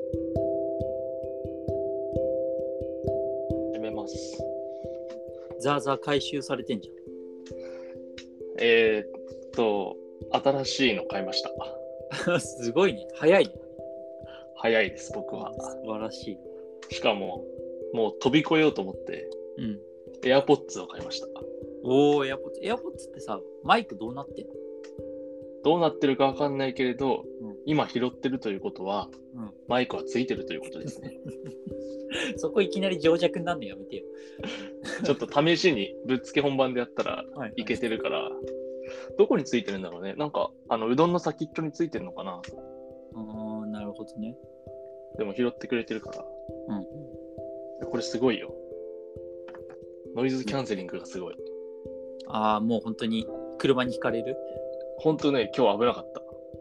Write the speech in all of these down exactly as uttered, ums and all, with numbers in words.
始めます。 ザーザー回収されてんじえー、っと、新しいの買いました。 ゃん。すごいね。早いね。 早いです、僕は。 素晴らしい。 しかも、もう飛び越えようと思って、 うん。 AirPods を買いました。 おー、エアポッツ。エアポッツってさ、マイクどうなってんの？ どうなってるかわかんないけれど、 うん、 今拾ってるということは、 うん、 マイクはついてるということですね。 そこいきなり情弱になるのやめてよ。 ちょっと試しにぶっつけ本番でやったらいけてるから、はいはい、どこについてるんだろうね。なんか、あのうどんの先っちょについてるのかな。 あー、なるほどね。 でも拾ってくれてるから。 うん。 これすごいよ。ノイズキャンセリングがすごい。 ああ、もう本当に車にひかれる？ 本当ね、今日危なかった。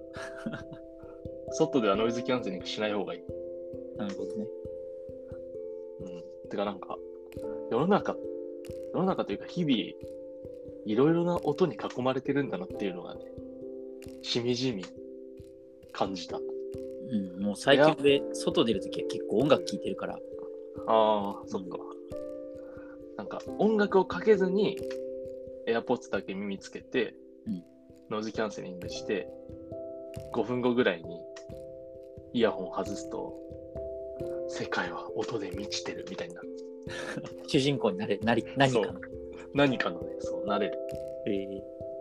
外ではノイズキャンセリングしない方がいい。 なるほどね。 うん。てかなんか、世の中、世の中というか日々、いろいろな音に囲まれてるんだなっていうのがね、しみじみ感じた。 うん、もう最近で外出るときは結構音楽聴いてるから。 ああ、そっか。なんか音楽をかけずに AirPods だけ耳つけて、うん、ノイズキャンセリングしてごふんごぐらいにイヤホン外すと世界は音で満ちてるみたいになる。 主人公になれなり何かの何かのね、そうなれる。 えー、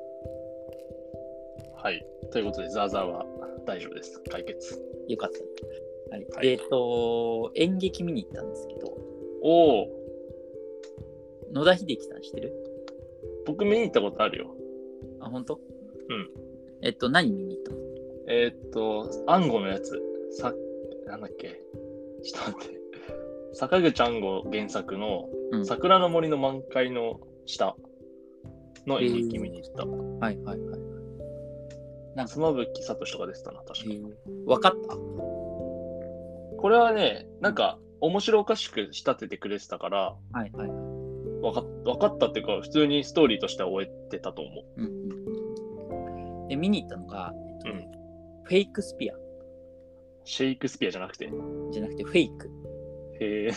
はい。ということでザーザーは大丈夫です。解決。 よかった。はい。はい、えっ、ー、と演劇見に行ったんですけど。 おお。 野田秀樹さん知ってる？ 僕見に行ったことあるよ。 あ、本当？ うん。 えっと、何見に行ったの？ えー、っと、アンゴのやつ。さ、なんだっけ。ちょっと待って。坂口安吾原作の、うん、桜の森の満開の下の演劇見に行った。えー、 はいはいはい。 なんか妻夫木聡とかでしたな、確か。 えー、分かった？ これはね、なんか、面白おかしく仕立ててくれてたから、 はいはいはい。 分か, 分かったっていうか、普通にストーリーとしては終えてたと思う。うんうん、で、見に行ったのが、えっとね、うん、フェイクスピア。 シェイクスピアじゃなくてじゃなくて、フェイク。 へえ。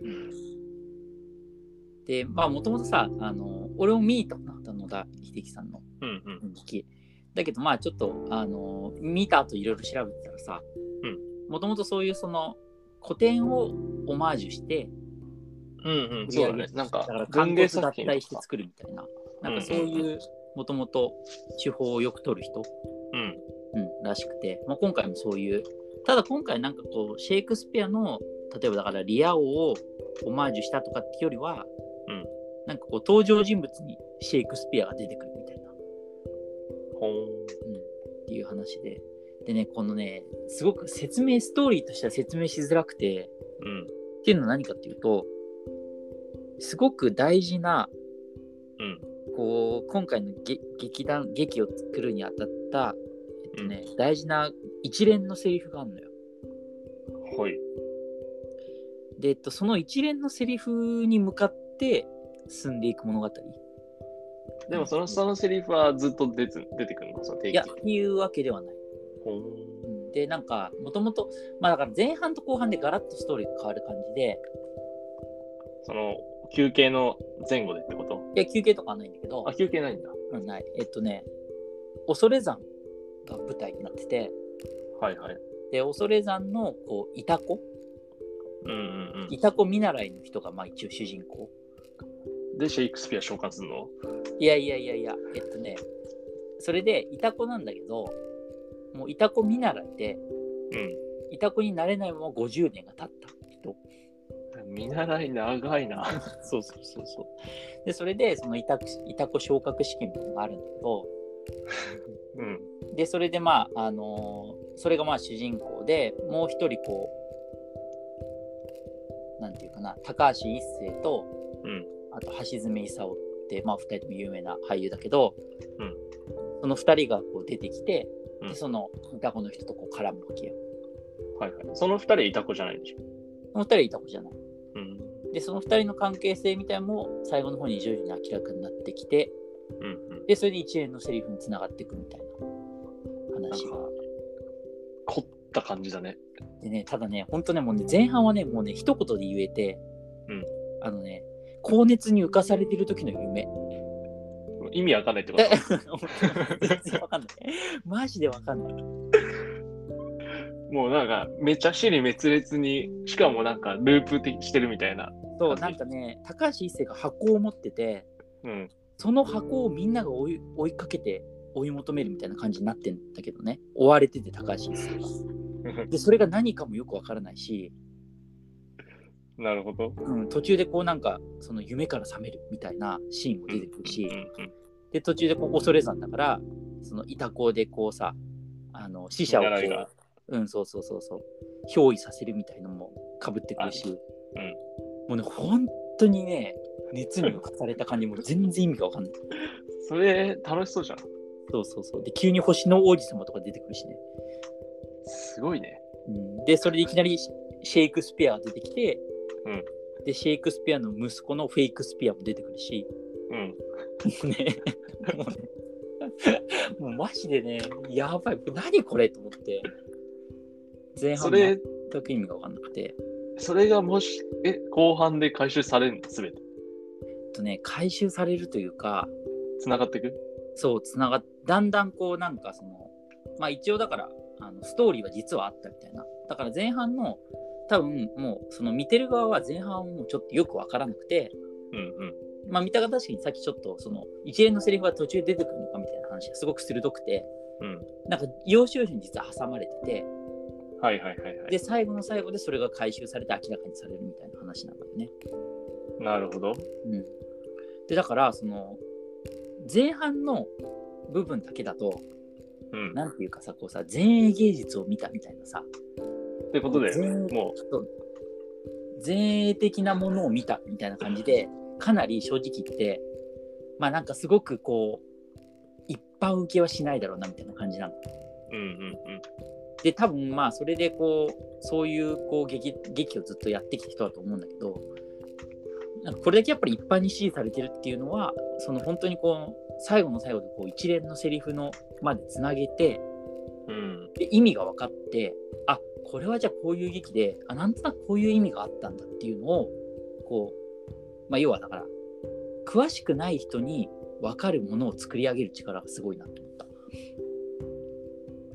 で、まあ、もともとさ、あの、俺も見に行ったことあった野田秀樹さんの演劇。うんうん、だけど、まあ、ちょっと、あの、見た後いろいろ調べてたらさ、もともとそういうその、古典をオマージュして、 うんうん、そうだね。なんか、 だから関係合体して作るみたいな、なんかそういうもともと手法をよく取る人、 うんうん、らしくて、まあ、今回もそういう、ただ今回なんかこう、シェイクスピアの、例えばだからリア王をオマージュしたとかっていうよりは、うん、なんかこう、登場人物にシェイクスピアが出てくるみたいな、 ほー、 うん、っていう話で、でね、このね、すごく説明、ストーリーとしては説明しづらくて、 うん、っていうのは何かっていうと、すごく大事な、 うん、 こう今回の劇団劇を作るにあたった、えっとね、うん、大事な一連のセリフがあるのよ。 はい。 で、えっと、その一連のセリフに向かって進んでいく物語。 でもそのそのセリフはずっと出て出てくるの？その定期。 いや、っていうわけではない。 ほー。で、なんかもともと、まあだから前半と後半でガラッとストーリーが変わる感じで。 その休憩の前後でってこと？ いや、休憩とかはないんだけど。 あ、休憩ないんだ。 うん、ない。えっとね、恐山が舞台になってて、 はいはい。 で、恐山のこういたこ、 うんうんうん、 いたこ見習いの人がまあ一応主人公。 で、シェイクスピア召喚するの？ いやいやいやいや、えっとね、それでいたこなんだけど、もういたこ見習いで、 うん、 いたこになれないままごじゅうねんが経った人。 見習い長いな。 そうそうそうそう。で、それで、そのいたこ、いたこ昇格試験みたいなのがあるんだけど、 うん、 で、それでまあ、あのー、それがまあ主人公で、もう一人こう、なんていうかな、高橋一生と、 うん、 あと橋爪功って、まあ二人とも有名な俳優だけど、 うん、 その二人がこう出てきて、 うん、 でそのいたこの人とこう絡むわけよ。 はいはい。その二人いたこじゃないでしょ？ その二人いたこじゃない。 うん、 で、その二人の関係性みたいなのも最後の方に徐々に明らかになってきて、 うんうん、 で、それで一連のセリフにつながっていくみたいな話。 なんか凝った感じだね。 でね、ただね、ほんとね、もうね、前半はね、もうね、一言で言えて、 うん。 あのね、高熱に浮かされてる時の夢。 意味わかんないってこと全然わかんない。マジでわかんない。 もうなんか、めちゃ尻滅裂に、しかもなんか、ループ的してるみたいな。 そう、なんかね、高橋一生が箱を持ってて、 うん、 その箱をみんなが追い、追いかけて追い求めるみたいな感じになってんだけどね。追われてて、高橋一生が。で、それが何かもよくわからないし、 なるほど。 うん、途中でこうなんか、その夢から覚めるみたいなシーンも出てくるし、 うんうんうん、 で、途中でこう恐山だから、その板子でこうさ、あの死者をこう、うん、そうそうそうそう、憑依させるみたいのもかぶってくるし、うん、もうね、本当にね、熱に浮かされた感じも全然意味がわかんない。 それ、楽しそうじゃん。 そうそうそう。で、急に星の王子様とか出てくるしね。 すごいね。 うん、で、それでいきなりシェイクスピアが出てきて、 うん、 で、シェイクスピアの息子のフェイクスピアも出てくるし、うん、ね、もうね、もうマジでね、やばい、何これと思って、前半の全く意味が分かんなくて。 それがもし、え、後半で回収されるのすべて。 とね、回収されるというか、 つながっていく？ そう、つながっ、だんだんこう、なんかその、まあ一応だから、あのストーリーは実はあったみたいな。だから前半の、多分もう、その見てる側は前半もちょっとよく分からなくて、うんうん。まあ見たが確かにさっきちょっとその一連のセリフが途中で出てくるのかみたいな話がすごく鋭くて、うん、なんか要所要所に実は挟まれてて、 はいはいはいはい。 で最後の最後でそれが回収されて明らかにされるみたいな話なんだよね。 なるほど。 うん。でだからその前半の部分だけだと、うん、なんていうかさこうさ前衛芸術を見たみたいなさ。 ってことで、ね、もう前衛的なものを見たみたいな感じで。かなり正直言ってまあなんかすごくこう一般受けはしないだろうなみたいな感じなの。うんうんうん。で多分まあそれでこうそういうこう 劇, 劇をずっとやってきた人だと思うんだけど、なんかこれだけやっぱり一般に支持されてるっていうのはその本当にこう最後の最後でこう一連のセリフのまでつなげて、うん、で意味が分かって、あこれはじゃあこういう劇であなんとなくこういう意味があったんだっていうのをこうまあ、要はだから詳しくない人に分かるものを作り上げる力がすごいなと思った。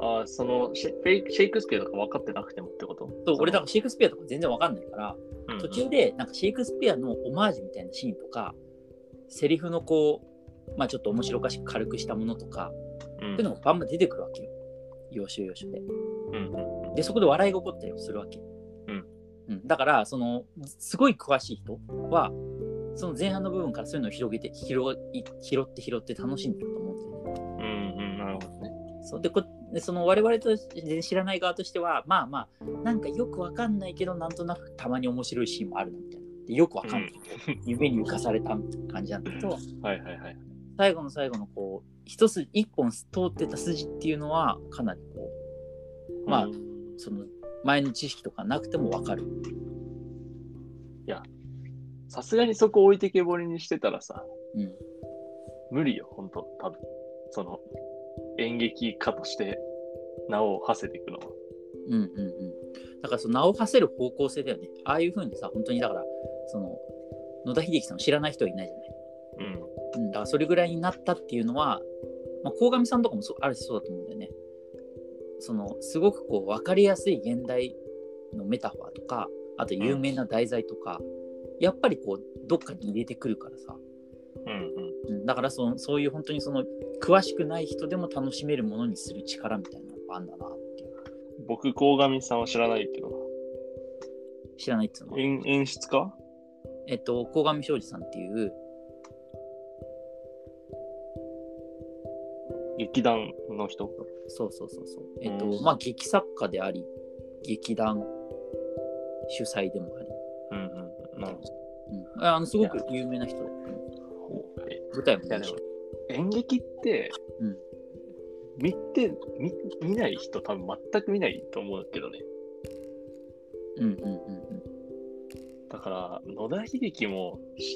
ああ、そのシェイクスピアとか分かってなくてもってこと？ そう、俺だからシェイクスピアとか全然分かんないから、うんうん、途中でなんかシェイクスピアのオマージュみたいなシーンとかセリフのこうまあちょっと面白おかしく軽くしたものとか、うん、そういうのがバンバン出てくるわけよ、要所要所で、うんうん、でそこで笑いが起こったりするわけ、うんうん、だからそのすごい詳しい人はその前半の部分からそういうのを広げて拾拾って拾って楽しんでると思うんですよね。うんうん、なるほどね。そうでこでその我々と知らない側としてはまあまあなんかよくわかんないけどなんとなくたまに面白いシーンもあるなみたいなでよくわかんないけど、うん、夢に浮かされたみたいな感じなんだけどはいはいはい、最後の最後のこう一筋一本通ってた筋っていうのはかなりこうまあ、うん、その前の知識とかなくてもわかる。 いやさすがにそこ置いてけぼりにしてたらさ、うん、無理よ、ほんと、多分。その、演劇家として名を馳せていくのは。 うんうんうん。だからその名を馳せる方向性だよね。ああいう風にさ、本当にだから、その、野田秀樹さんを知らない人はいないじゃない。うん。うん、だからそれぐらいになったっていうのは、まあ、鴻上さんとかもそあるしそうだと思うんだよね。その、すごくこう、分かりやすい現代のメタファーとか、あと有名な題材とか、うんやっぱりこうどっかに入れてくるからさ、うんうん、だからそのそういう本当にその詳しくない人でも楽しめるものにする力みたいなのがあるんだなっていう。 僕鴻上さんは知らないけど。 知らないっていうのは演, 演出家えっと鴻上尚史さんっていう劇団の人。 そうそうそうそうえっと、うん、まあ劇作家であり劇団主催でもあり。うんうんなるほど、うん、あのすごく有名な人だよ、ね、舞台もいいし演劇って、うん、見て 見, 見ない人多分全く見ないと思うけどね。うんうんうんうん。だから野田秀樹も、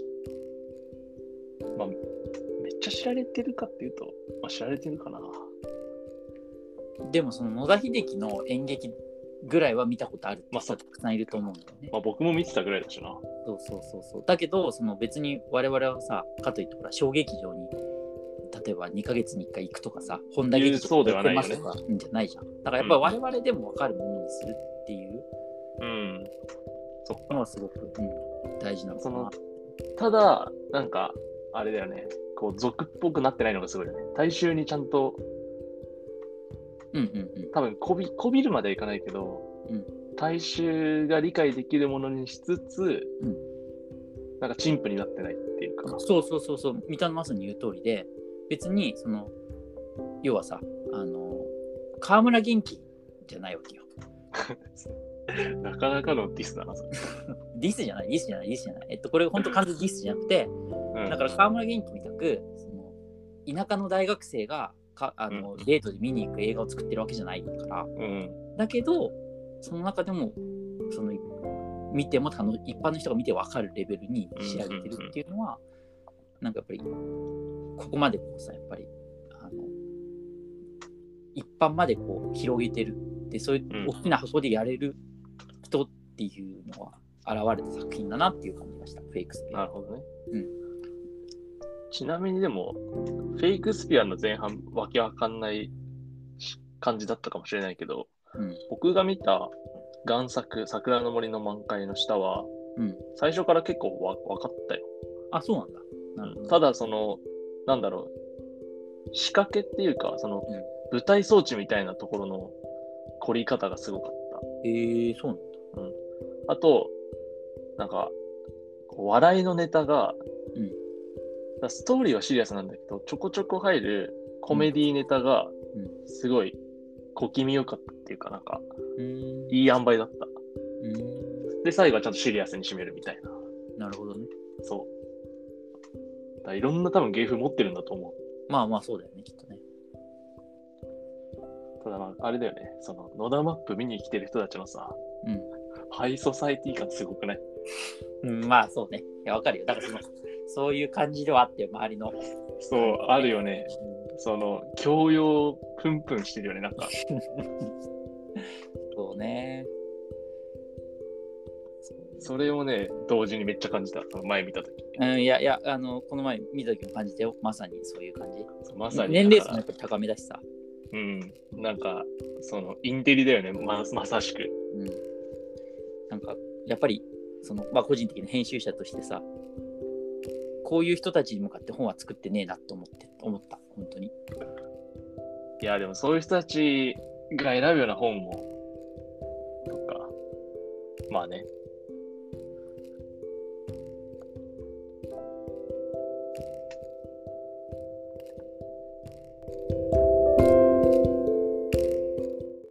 まあ、めっちゃ知られてるかっていうと、まあ、知られてるかな。 でもその野田秀樹の演劇ぐらいは見たことあるって人たくさんいると思うんだよね。 まあ僕も見てたぐらいだしな。 そうそうそうそう。だけどその別に我々はさ、かといってほら小劇場に例えばにかげつにいっかい行くとかさ、本田劇場ではないよね。 とかんじゃないじゃん。だからやっぱり我々でも分かるものにするっていう、 うん、そっか。 のはすごく、うん、大事なのかな。 ただなんかあれだよね。こう俗っぽくなってないのがすごいよね。大衆にちゃんと、 うんうんうん、 多分こびこびるまではいかないけど、うん、大衆が理解できるものにしつつ、うん、なんか陳腐になってないっていうか。 そうそうそうそう、三田のまさに言う通りで、別にその要はさ、あの河村元気じゃないわけよ。 なかなかのディスだな、それ。 ディスじゃない、ディスじゃない、ディスじゃない。えっと、これ本当完全にディスじゃなくて、うん、だから河村元気みたく、その田舎の大学生がかあの、うん、デートで見に行く映画を作ってるわけじゃないから、うん、だけど、その中でも、その見てもたの一般の人が見て分かるレベルに仕上げてるっていうのは、うんうんうん、なんかやっぱり、ここまでこうさ、やっぱり、あの一般までこう広げてる。で、そういう大きな箱でやれる人っていうのは現れた作品だなっていう感じがした、フェイクスピア。 なるほどね。うん、ちなみにでも、フェイクスピアの前半、わけわかんない感じだったかもしれないけど、うん、僕が見た贋作、桜の森の満開の下は、うん、最初から結構わ分かったよ。 あ、そうなんだ。なるほど。 ただ、その、なんだろう、仕掛けっていうか、その、うん、舞台装置みたいなところの凝り方がすごかった。 へえー、そうなんだ。 うん。あと、なんか、笑いのネタが、うん、だストーリーはシリアスなんだけど、ちょこちょこ入るコメディネタが、すごい小気味よかったっていうか、なんか、うん、いい塩梅だった。うん、で、最後はちゃんとシリアスに締めるみたいな。 なるほどね。 そう。だいろんな多分芸風持ってるんだと思う。 まあまあそうだよね、きっとね。 ただまあ、あれだよね、その、野田マップ見に来てる人たちのさ、うん、ハイソサイティ感すごくない？ うん、まあそうね。いや、わかるよ。だからその、そういう感じではあって、周りの。 そう、あるよね。うん、その、教養プンプンしてるよね、なんか。 そうね。 それをね、同時にめっちゃ感じた。その前見たとき。 うん、いやいや、あの、この前見たときも感じたよ。まさにそういう感じ。 まさに。 年齢層もやっぱり高めだしさ。 うん。なんか、その、インテリだよね、ま、まさしく。うん。 なんか、やっぱり、その、まあ、個人的な編集者としてさ、こういう人たちに向かって本は作ってねえなと思って、思った、本当に。 いや、でもそういう人たちが選ぶような本も、とか、まあね。